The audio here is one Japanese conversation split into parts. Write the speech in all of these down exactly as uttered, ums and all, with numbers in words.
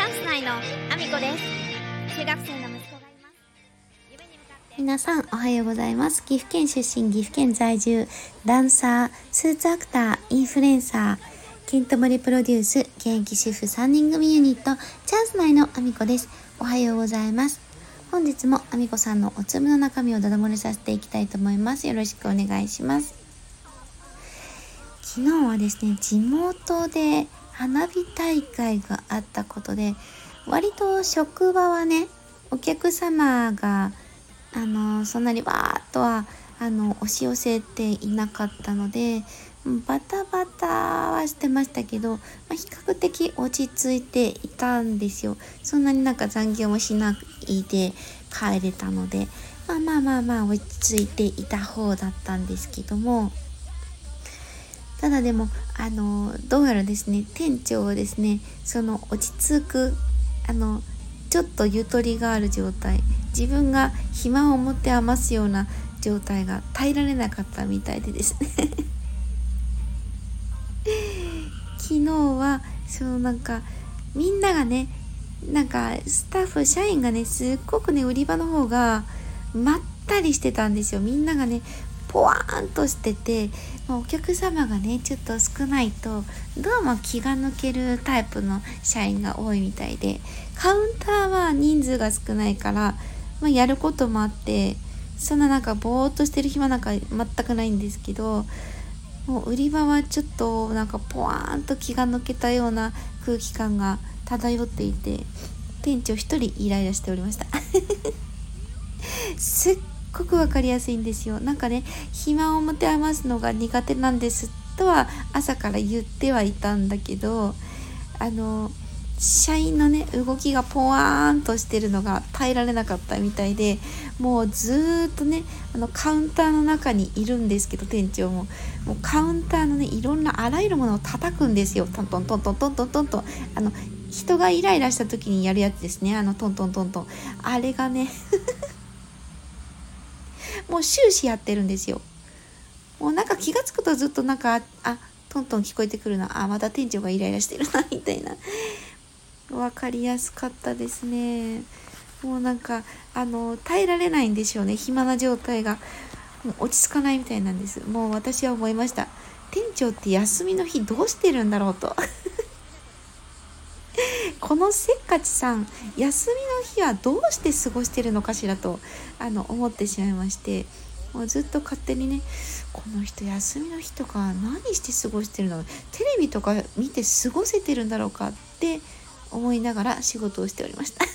ャンス内のアミコです。中学生の息子がいます。夢に向かって皆さんおはようございます。岐阜県出身、岐阜県在住、ダンサー、スーツアクター、インフルエンサー、ケントモリプロデュース、現役主婦さんにん組ユニット、チャンス内のアミコです。おはようございます。本日もアミコさんのおつむの中身をダダ漏れさせていきたいと思います。よろしくお願いします。昨日はですね、地元で花火大会があったことで、割と職場はね、お客様があのそんなにわーっとはあの押し寄せていなかったので、バタバタはしてましたけど、まあ、比較的落ち着いていたんですよ。そんなになんか残業もしないで帰れたので、まあまあまあまあ落ち着いていた方だったんですけども、ただでもあのどうやらですね、店長はですね、その落ち着くあのちょっとゆとりがある状態、自分が暇を持って余すような状態が耐えられなかったみたいでですね昨日はそうなんかみんながね、なんかスタッフ社員がね、すっごくね、売り場の方がまったりしてたんですよ。みんながねポワーンとしてて、お客様がねちょっと少ないとどうも気が抜けるタイプの社員が多いみたいで、カウンターは人数が少ないから、まあ、やることもあって、そんななんかぼーっとしてる暇なんか全くないんですけど、もう売り場はちょっとなんかポワーンと気が抜けたような空気感が漂っていて、店長一人イライラしておりましたすっごくわかりやすいんですよ。なんかね、暇を持て余すのが苦手なんですとは朝から言ってはいたんだけど、あの社員のね動きがポワーンとしてるのが耐えられなかったみたいで、もうずーっとねあのカウンターの中にいるんですけど、店長ももうカウンターのねいろんなあらゆるものを叩くんですよ。トントントントントントントンと、あの人がイライラした時にやるやつですね。あのトントントントン、あれがねもう終始やってるんですよ。もうなんか気がつくとずっとなんかあトントン聞こえてくるな、あまた店長がイライラしてるなみたいな、わかりやすかったですね。もうなんかあの耐えられないんでしょうね、暇な状態がもう落ち着かないみたいなんです。もう私は思いました。店長って休みの日どうしてるんだろうとこのせっかちさん、休みの日はどうして過ごしてるのかしらとあの思ってしまいまして、もうずっと勝手にね、この人休みの日とか何して過ごしてるの、テレビとか見て過ごせてるんだろうかって思いながら仕事をしておりました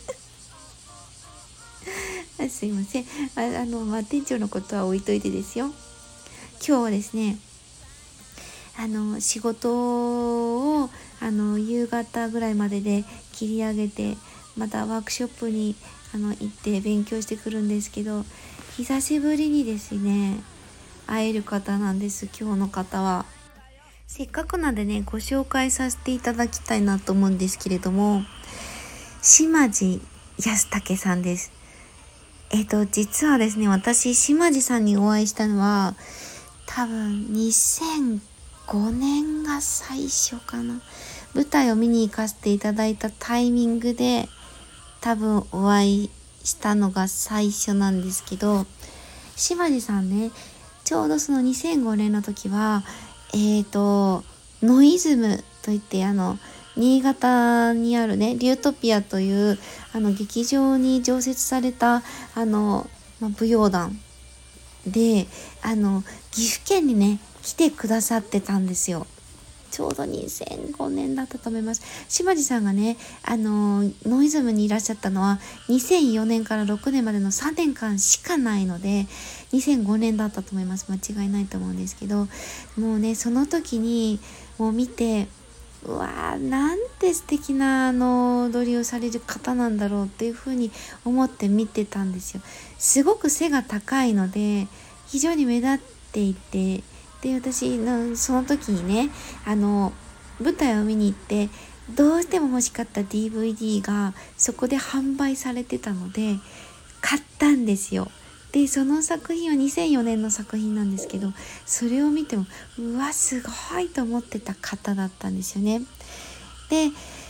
すいません。あ、あの、まあ、店長のことは置いといてですよ。今日はですね、あの仕事をあの夕方ぐらいまでで切り上げて、またワークショップにあの行って勉強してくるんですけど、久しぶりにですね会える方なんです。今日の方はせっかくなんでねご紹介させていただきたいなと思うんですけれども、島地康武さんです。えっと実はですね、私島地さんにお会いしたのは多分にせんごねんが最初かな。舞台を見に行かせていただいたタイミングで多分お会いしたのが最初なんですけど、島地さんね、ちょうどそのにせんごねんの時はえーとノイズムといって、あの新潟にあるねリュートピアというあの劇場に常設されたあの、まあ、舞踊団で、あの岐阜県にね来てくださってたんですよ。ちょうどにせんごねんだったと思います。島地さんがね、あのノイズムにいらっしゃったのはにせんよねんからろくねんまでのさんねんかんしかないので、にせんごねんだったと思います。間違いないと思うんですけど、もうねその時にもう見て、うわーなんて素敵なあの踊りをされる方なんだろうっていう風に思って見てたんですよ。すごく背が高いので非常に目立っていて、で私のその時にねあの舞台を見に行ってどうしても欲しかった ディーブイディー がそこで販売されてたので買ったんですよ。でその作品はにせんよねんの作品なんですけど、それを見てもうわすごいと思ってた方だったんですよね。で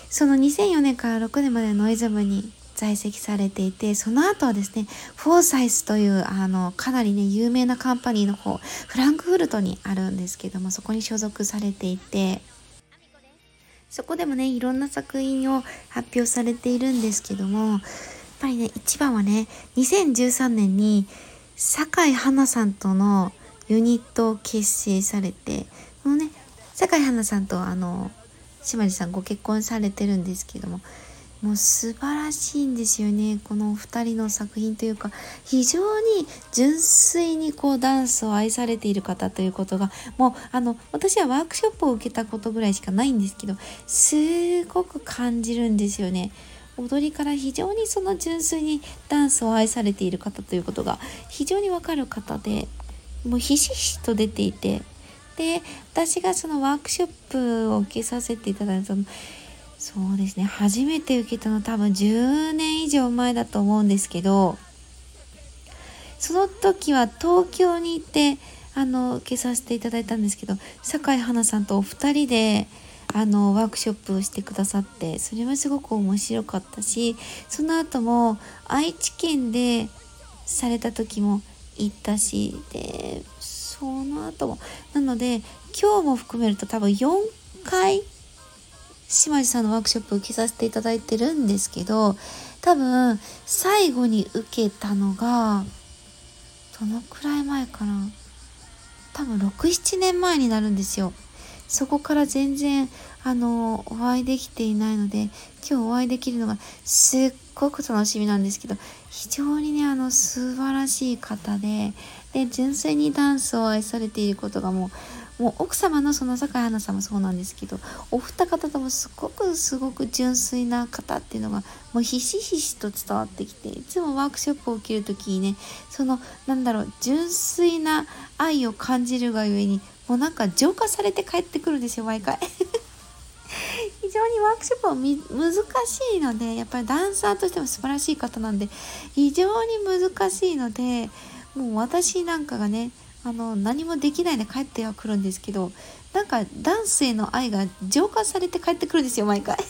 そのにせんよねんからろくねんまでノイズ部に在籍されていて、その後はですね、フォーサイスというあのかなりね有名なカンパニーの方、フランクフルトにあるんですけども、そこに所属されていて、そこでもねいろんな作品を発表されているんですけども、やっぱりね一番はねにせんじゅうさんねんに酒井花さんとのユニットを結成されて、このね酒井花さんとあの島地さんご結婚されてるんですけども、もう素晴らしいんですよね。このふたりの作品というか、非常に純粋にこうダンスを愛されている方ということが、もうあの私はワークショップを受けたことぐらいしかないんですけど、すごく感じるんですよね。踊りから非常にその純粋にダンスを愛されている方ということが非常にわかる方で、もうひしひしと出ていて、で私がそのワークショップを受けさせていただいたの、そうですね、初めて受けたの多分じゅうねん以上前だと思うんですけど、その時は東京に行ってあの受けさせていただいたんですけど、酒井花さんとお二人であのワークショップをしてくださって、それはすごく面白かったし、その後も愛知県でされた時も行ったし、でその後もなので今日も含めると多分よんかい島地さんのワークショップ受けさせていただいてるんですけど、多分最後に受けたのがどのくらい前かな、多分ろく、ななねんまえになるんですよ。そこから全然あのお会いできていないので、今日お会いできるのがすっごく楽しみなんですけど、非常にねあの素晴らしい方で、で純粋にダンスを愛されていることがもうもう奥様のその酒井花さんもそうなんですけど、お二方ともすごくすごく純粋な方っていうのがもうひしひしと伝わってきて、いつもワークショップを受けるときにね、そのなんだろう純粋な愛を感じるがゆえに、もうなんか浄化されて帰ってくるんですよ毎回非常にワークショップはみ難しいので、やっぱりダンサーとしても素晴らしい方なんで非常に難しいので、もう私なんかがねあの何もできないで帰ってはくるんですけど、なんかダンスへの愛が浄化されて帰ってくるんですよ毎回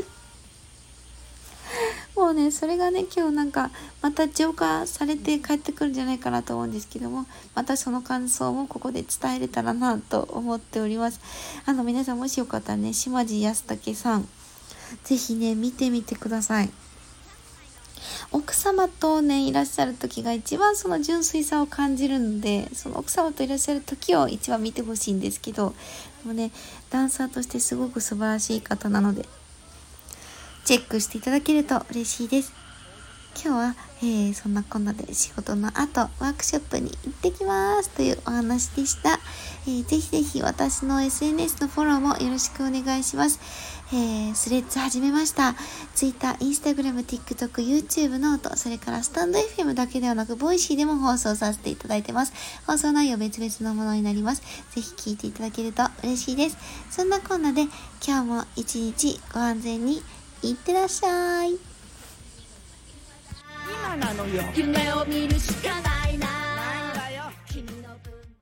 もうねそれがね今日なんかまた浄化されて帰ってくるんじゃないかなと思うんですけども、またその感想もここで伝えれたらなと思っております。あの皆さんもしよかったらね、島地康武さんぜひね見てみてください。奥様とねいらっしゃる時が一番その純粋さを感じるので、その奥様といらっしゃる時を一番見てほしいんですけど、もうねダンサーとしてすごく素晴らしい方なのでチェックしていただけると嬉しいです。今日は、えー、そんなこんなで仕事の後ワークショップに行ってきますというお話でした。えー、ぜひぜひ私の エスエヌエス のフォローもよろしくお願いします。えー、スレッズ始めました。Twitter、Instagram、TikTok、YouTube ノート、それからスタンド エフエム だけではなく、ボイシーでも放送させていただいてます。放送内容別々のものになります。ぜひ聞いていただけると嬉しいです。そんなこんなで今日も一日ご安全にいってらっしゃい。 今なのよ夢を見るしかない